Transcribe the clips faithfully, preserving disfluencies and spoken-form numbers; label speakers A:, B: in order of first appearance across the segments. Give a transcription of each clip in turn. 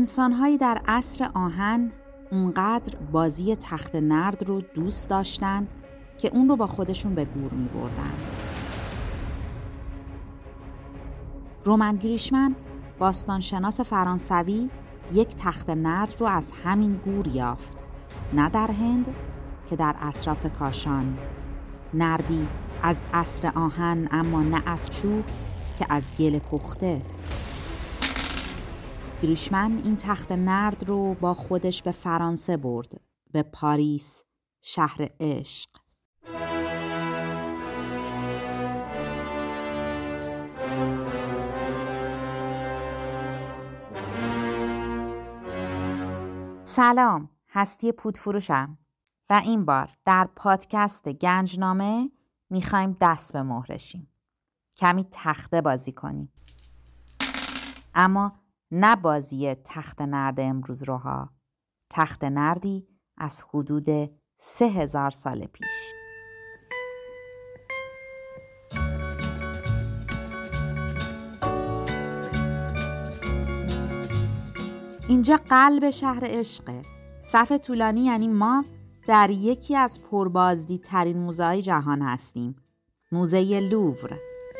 A: انسان‌هایی در عصر آهن اونقدر بازی تخت نرد رو دوست داشتن که اون رو با خودشون به گور می بردن. رومن گریشمن، باستانشناس فرانسوی، یک تخت نرد رو از همین گور یافت، نه در هند که در اطراف کاشان. نردی از عصر آهن، اما نه از چوب که از گل پخته. گریشمن این تخت نرد رو با خودش به فرانسه برد، به پاریس، شهر عشق. سلام، هستی پودفروشم و این بار در پادکست گنجنامه میخوایم دست به مهرشیم، کمی تخته بازی کنیم، اما نه بازی تخت نرد امروز روها، تخت نردی از حدود سه هزار سال پیش. اینجا قلب شهر عشقه. صف طولانی یعنی ما در یکی از پربازدیدترین موزه‌های جهان هستیم، موزه لوور.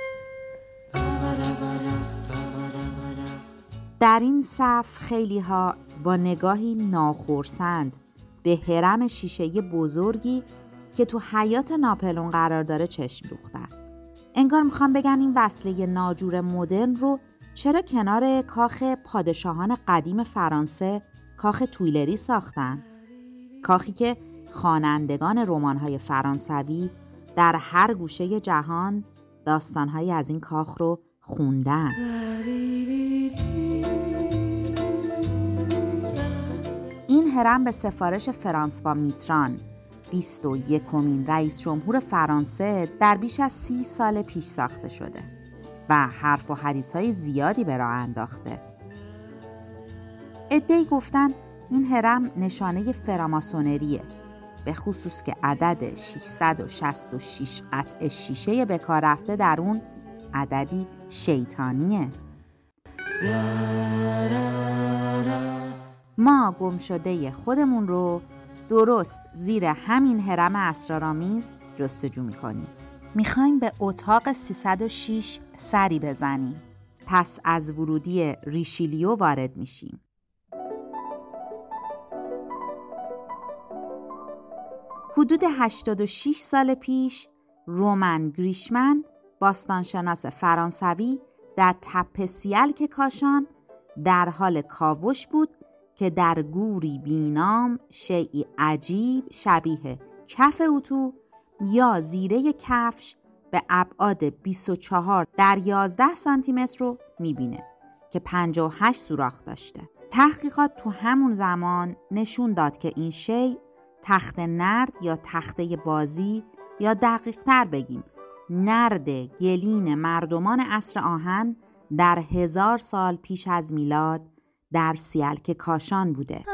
A: در این صف خیلی ها با نگاهی ناخرسند به هرم شیشه‌ای بزرگی که تو حیاط ناپلئون قرار داره چشم دوختن. انگار میخوان بگن این وصله ناجور مدرن رو چرا کنار کاخ پادشاهان قدیم فرانسه، کاخ تویلری ساختن؟ کاخی که خوانندگان رمان‌های فرانسوی در هر گوشه جهان داستان‌هایی از این کاخ رو خوندن. این هرم به سفارش فرانسوا میتران، بیست و یکمین رئیس جمهور فرانسه، در بیش از سی سال پیش ساخته شده و حرف و حدیث‌های زیادی به راه انداخته. عده‌ای گفتن این هرم نشانه فراماسونریه، به خصوص که عدد ششصد و شصت و شش قطعه شیشه به کار رفته در اون عددی شیطانیه. ما گم شده خودمون رو درست زیر همین هرم اسرارآمیز جستجو می‌کنیم. میخوایم به اتاق سیصد و شش سری بزنیم. پس از ورودی ریشیلیو وارد میشیم. حدود هشتاد و شش سال پیش رومن گریشمن، باستانشناس فرانسوی، در تپه سیلک کاشان در حال کاوش بود که در گوری بینام شیئی عجیب شبیه کف اتو یا زیره کفش به ابعاد بیست و چهار در یازده سانتی متر رو میبینه که پنجاه و هشت سوراخ داشته. تحقیقات تو همون زمان نشون داد که این شی تخت نرد یا تخته بازی، یا دقیق تر بگیم نرد گلین مردمان عصر آهن در هزار سال پیش از میلاد در سیلک کاشان بوده.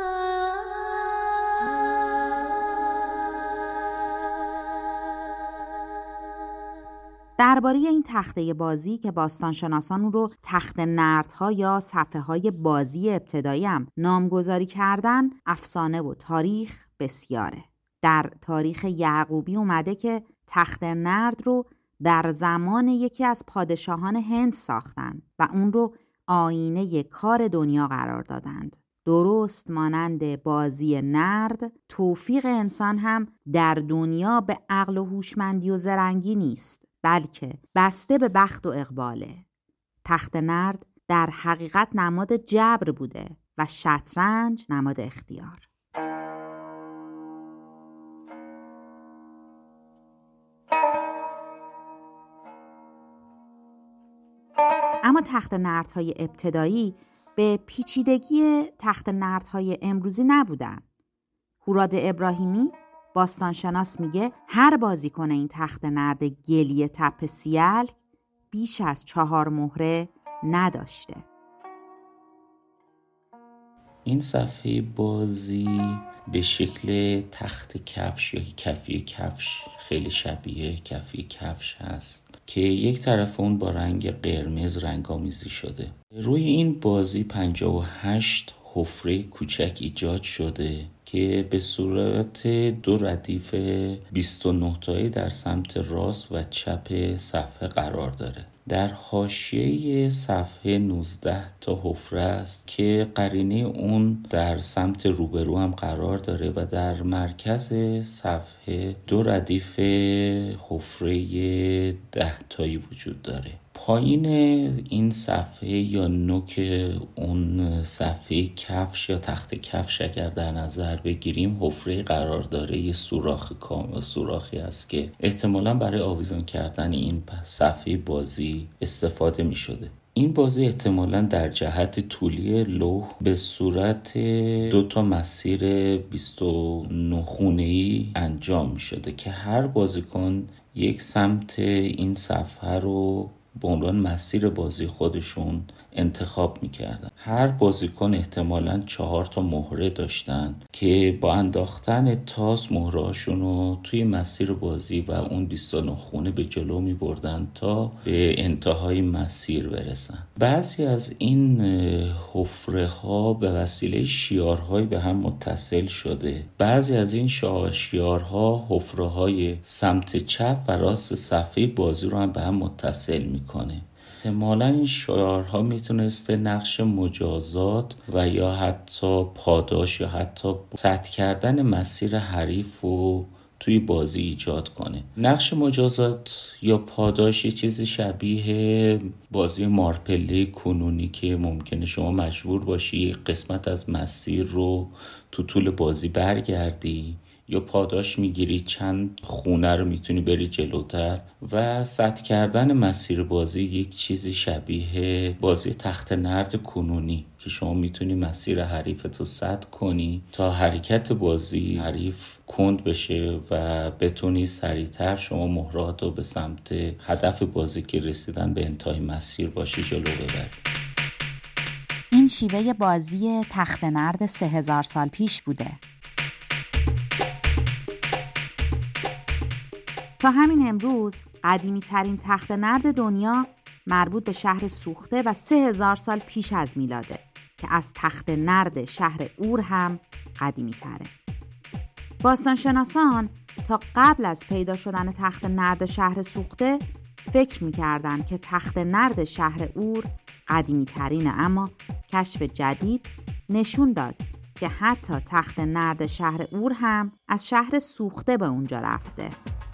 A: درباره این تخته بازی که باستانشناسان اون رو تخت نردها یا صفحه‌های بازی ابتدایی هم نامگذاری کردن، افسانه و تاریخ بسیاره. در تاریخ یعقوبی اومده که تخت نرد رو در زمان یکی از پادشاهان هند ساختن و اون رو آینه کار دنیا قرار دادند. درست مانند بازی نرد، توفیق انسان هم در دنیا به عقل و هوشمندی و زرنگی نیست، بلکه بسته به بخت و اقباله. تخت نرد در حقیقت نماد جبر بوده و شطرنج نماد اختیار. اما تخت نردهای ابتدایی به پیچیدگی تخت نردهای امروزی نبودن. هوراد ابراهیمی، باستانشناس، میگه هر بازیکن این تخت نرد گلی تپه سیلک بیش از چهار مهره نداشته.
B: این صفحه بازی به شکل تخت کفش یا کفی کفش خیلی شبیه کفی کفش هست که یک طرف اون با رنگ قرمز رنگامیزی شده. روی این بازی پنجاه و هشت حفره کوچک ایجاد شده که به صورت دو ردیف بیست و نه تایی در سمت راست و چپ صفحه قرار داره. در حاشیه صفحه نوزده تا حفره است که قرینه اون در سمت روبرو هم قرار داره و در مرکز صفحه دو ردیف حفره ده تایی وجود داره. پایین این صفحه یا نوک اون صفحه کفش یا تخت کفش اگر در نظر بگیریم حفره قرار داره، یه سوراخ کامل سوراخی است که احتمالاً برای آویزان کردن این صفحه بازی استفاده می شده. این بازی احتمالاً در جهت طولی لوح به صورت دو تا مسیر بیست و نه خونه‌ای انجام می شده که هر بازیکن یک سمت این صفحه رو به عنوان مسیر بازی خودشون انتخاب میکردن. هر بازیکن احتمالاً چهار تا مهره داشتن که با انداختن تاس مهرهاشون رو توی مسیر بازی و اون بیست و نه خونه به جلو میبردن تا به انتهای مسیر برسن. بعضی از این حفره ها به وسیله شیارهایی به هم متصل شده. بعضی از این شیارها حفره های سمت چپ و راست صفحه بازی رو هم به هم متصل میکنه. احتمالاً این شعارها میتونسته نقش مجازات و یا حتی پاداش یا حتی سد کردن مسیر حریف رو توی بازی ایجاد کنه. نقش مجازات یا پاداش یه چیز شبیه بازی مارپله کنونی که ممکنه شما مجبور باشی قسمت از مسیر رو تو طول بازی برگردی یا پاداش میگیری چند خونه رو میتونی بری جلوتر. و سد کردن مسیر بازی یک چیزی شبیه بازی تخت نرد کنونی که شما میتونی مسیر حریفتو سد کنی تا حرکت بازی حریف کند بشه و بتونی سریعتر شما مهراتو به سمت هدف بازی که رسیدن به انتهای مسیر باشی جلو ببری.
A: این شیوه بازی تخت نرد سه هزار سال پیش بوده. تا همین امروز قدیمی ترین تخت نرد دنیا مربوط به شهر سوخته و سه هزار سال پیش از میلاده که از تخت نرد شهر اور هم قدیمی تره. باستانشناسان تا قبل از پیدا شدن تخت نرد شهر سوخته فکر میکردن که تخت نرد شهر اور قدیمی ترینه، اما کشف جدید نشون داد که حتی تخت نرد شهر اور هم از شهر سوخته به اونجا رفته.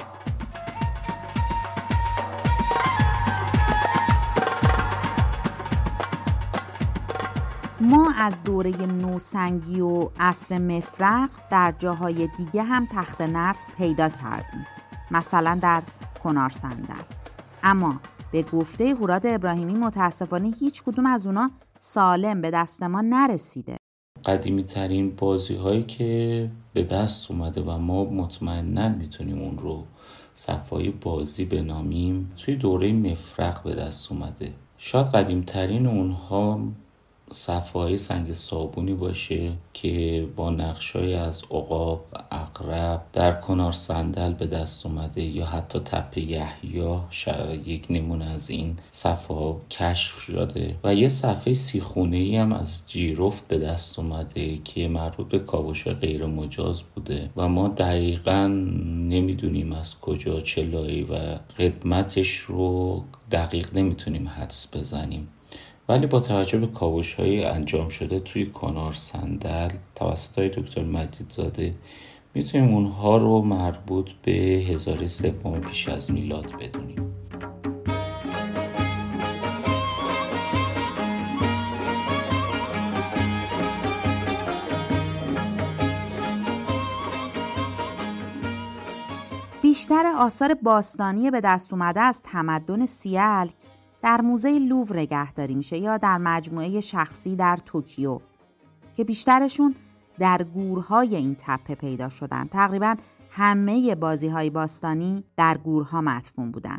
A: ما از دوره نوسنگی و عصر مفرق در جاهای دیگه هم تخت نرد پیدا کردیم، مثلا در کنار صندل، اما به گفته هوراد ابراهیمی متاسفانه هیچ کدوم از اونا سالم به دست ما نرسیده.
B: قدیمی ترین بازی هایی که به دست اومده و ما مطمئناً میتونیم اون رو صفحه بازی بنامیم توی دوره مفرق به دست اومده. شاید قدیم ترین اونها صفحه‌های سنگ صابونی باشه که با نقشای از عقاب، عقرب در کنار صندل به دست اومده، یا حتی تپه یحیی یک نمونه از این صفحه کشف شده و یه صفحه سیخونه‌ای هم از جیرفت به دست اومده که مربوط به کاوش غیر مجاز بوده و ما دقیقاً نمیدونیم از کجا چه لایه‌ای و قدمتش رو دقیق نمیتونیم حدس بزنیم. ولی با توجه به کاوش‌های انجام شده توی کنار صندل توسط های دکتر مجیدزاده میتونیم اونها رو مربوط به هزار و سیصد پیش از میلاد بدونیم.
A: بیشتر آثار باستانی به دست اومده از تمدن سیلک در موزه لوور نگهداری میشه یا در مجموعه شخصی در توکیو که بیشترشون در گورهای این تپه پیدا شدن. تقریبا همه بازی‌های باستانی در گورها مدفون بودن.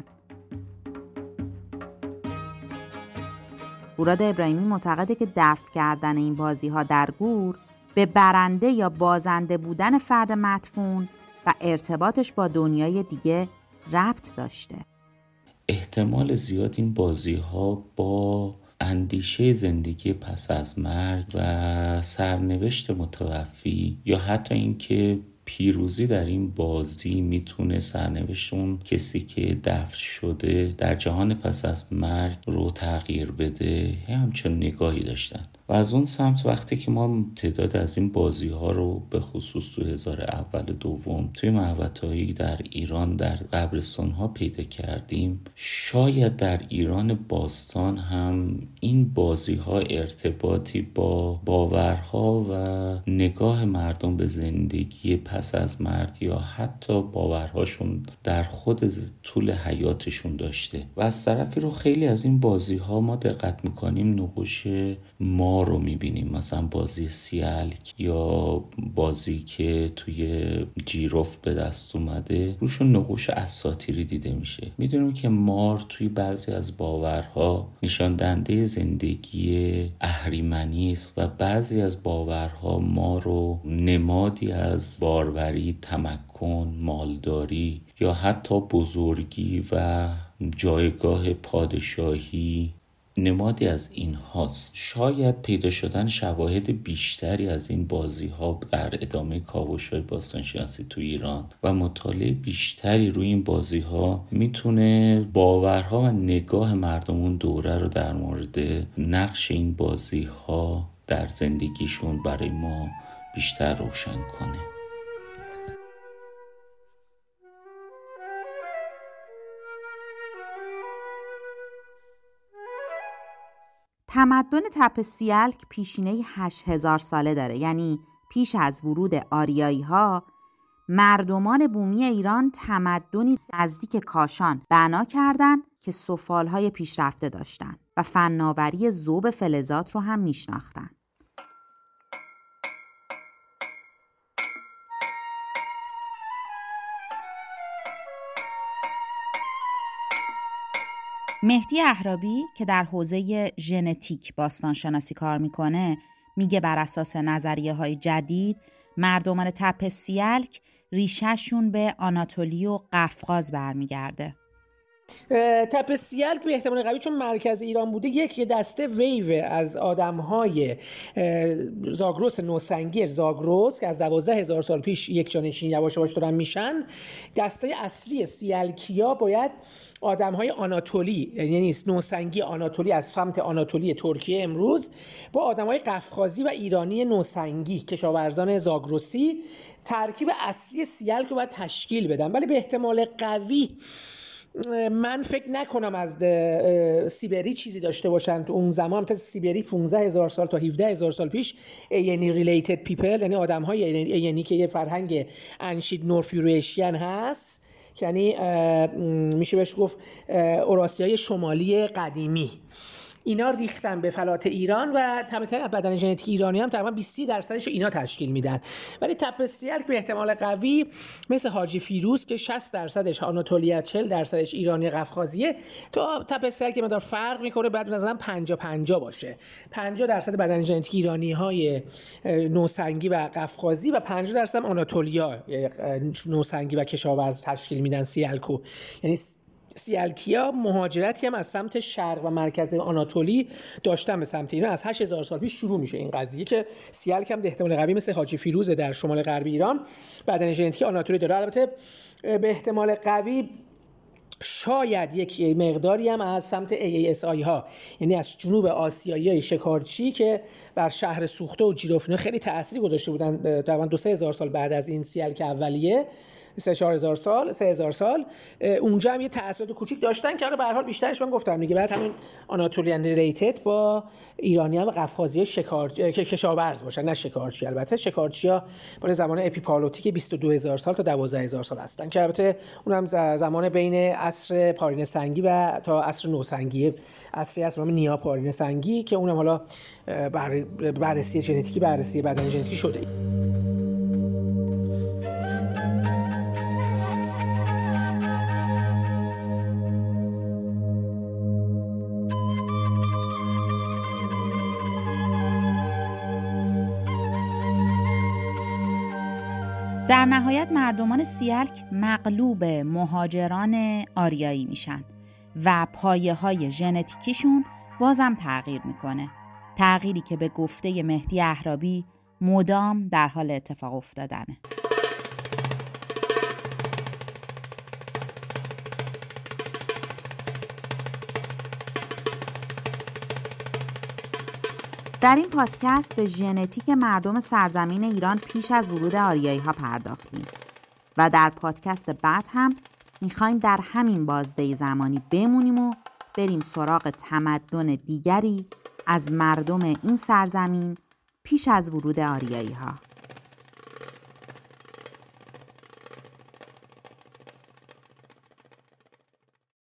A: هوراد ابراهیمی معتقده که دفن کردن این بازی‌ها در گور به برنده یا بازنده بودن فرد مدفون و ارتباطش با دنیای دیگه ربط داشته.
B: احتمال زیاد این بازی ها با اندیشه زندگی پس از مرگ و سرنوشت متوفی یا حتی اینکه پیروزی در این بازی میتونه سرنوشت اون کسی که دفن شده در جهان پس از مرگ رو تغییر بده، همچون نگاهی داشتن. و از اون سمت وقتی که ما تعداد از این بازی ها رو به خصوص تو هزار اول دوم توی محوطه‌ای در ایران در قبرستان ها پیدا کردیم، شاید در ایران باستان هم این بازی ها ارتباطی با باورها و نگاه مردم به زندگی پس از مرگ یا حتی باورهاشون در خود طول حیاتشون داشته. و از طرفی رو خیلی از این بازی ها ما دقت میکنیم نقوش ما رو میبینیم، مثلا بازی سیلک یا بازی که توی جیروف به دست اومده روشون نقوش اساطیری دیده میشه. میدونیم که مار توی بعضی از باورها نشان دهنده زندگی اهریمنی است و بعضی از باورها ما رو نمادی از باروری، تمکن، مالداری یا حتی بزرگی و جایگاه پادشاهی نمادی از این هاست. شاید پیدا شدن شواهد بیشتری از این بازی ها در ادامه کاوش‌های باستانشناسی تو ایران و مطالعه بیشتری روی این بازی ها میتونه باورها و نگاه مردم اون دوره رو در مورد نقش این بازی ها در زندگیشون برای ما بیشتر روشن کنه.
A: تمدن تپه سیلک پیشینه هشت هزار ساله داره، یعنی پیش از ورود آریایی ها مردمان بومی ایران تمدنی نزدیک کاشان بنا کردند که سفالهای پیشرفته داشتند و فناوری ذوب فلزات رو هم میشناختن. مهدی اهرابی که در حوزه ژنتیک باستانشناسی کار میکنه میگه بر اساس نظریه های جدید مردمان تپه سیلک ریشهشون به آناتولی و قفقاز برمیگرده.
C: تپه سیلک به احتمال قوی چون مرکز ایران بوده یک دسته ویو از آدم‌های زاگرس نوسنگی زاگرس که از دوازده هزار سال پیش یک جانشین یواش یواش دارن میشن. دسته اصلی سیلکیا باید آدم‌های آناتولی، یعنی نوسنگی آناتولی از سمت آناتولی ترکیه امروز با آدم‌های قفقازی و ایرانی نوسنگی کشاورزان زاگرسی ترکیب اصلی سیلک رو باید تشکیل بدن. ولی به احتمال قوی من فکر نکنم از سیبری چیزی داشته باشن تو اون زمان. تا سیبری پانزده هزار سال تا هفده هزار سال پیش یعنی ریلیتد پیپل، یعنی آدم های یعنی که یه فرهنگ انشید نورث یوریشین هست، یعنی میشه بهش گفت اوراسیای شمالی قدیمی. اینا ریختن به فلات ایران و طبعا بدن ژنتیک ایرانی هم تقریبا بیست درصدش رو اینا تشکیل میدن. ولی تپه سیلک به احتمال قوی مثل حاجی فیروز که شصت درصدش آناتولیا، چهل درصدش ایرانی قفقازیه، تا تپه سیلک مقدار فرق میکنه، بعد نظرم پنجاه پنجاه باشه. پنجاه درصد بدن ژنتیک ایرانی های نوسنگی و قفقازی و پنجاه درصد آناتولیا نوسنگی و کشاورز تشکیل میدن سیلکو. یعنی سیلکیا مهاجرتی هم از سمت شرق و مرکز آناتولی داشتن به سمت ایران. از هشت هزار سال پیش شروع میشه این قضیه که سیلک هم به احتمال قوی مثل حاجی فیروز در شمال غربی ایران بدن ژنتیک آناتولی داره. البته به احتمال قوی شاید یک مقداری هم از سمت ای ای اس آی ها، یعنی از جنوب آسیایی شکارچی که بر شهر سوخته و جیروف خیلی تأثیری گذاشته بودن تقریبا دو سه هزار سال بعد از این سیلک اولیه، سه چهار هزار سال، سه هزار سال اونجا هم یه تأثیرات کوچیک داشتن که به هر حال بیشترش من گفتم دیگه بعد همین آناتولیان ریلیتد با ایرانیان و قفقازی شکار کشاورز باشن، نه شکارچی. البته شکارچی‌ها برای زمان اپیپالوتیک بیست و دو هزار سال تا دوازده هزار سال هستن که البته اونم زمان بین عصر پارینه سنگی و تا عصر نوسنگی، عصری از نام نیا پارینه سنگی که اونم حالا بررسی ژنتیکی بررسی بدن ژنتیکی شده.
A: در نهایت مردمان سیلک مغلوب مهاجران آریایی میشن و پایه های ژنتیکیشون بازم تغییر میکنه. تغییری که به گفته مهدی اهرابی مدام در حال اتفاق افتادنه. در این پادکست به ژنتیک مردم سرزمین ایران پیش از ورود آریایی ها پرداختیم و در پادکست بعد هم میخوایم در همین بازده زمانی بمونیم و بریم سراغ تمدن دیگری از مردم این سرزمین پیش از ورود آریایی ها.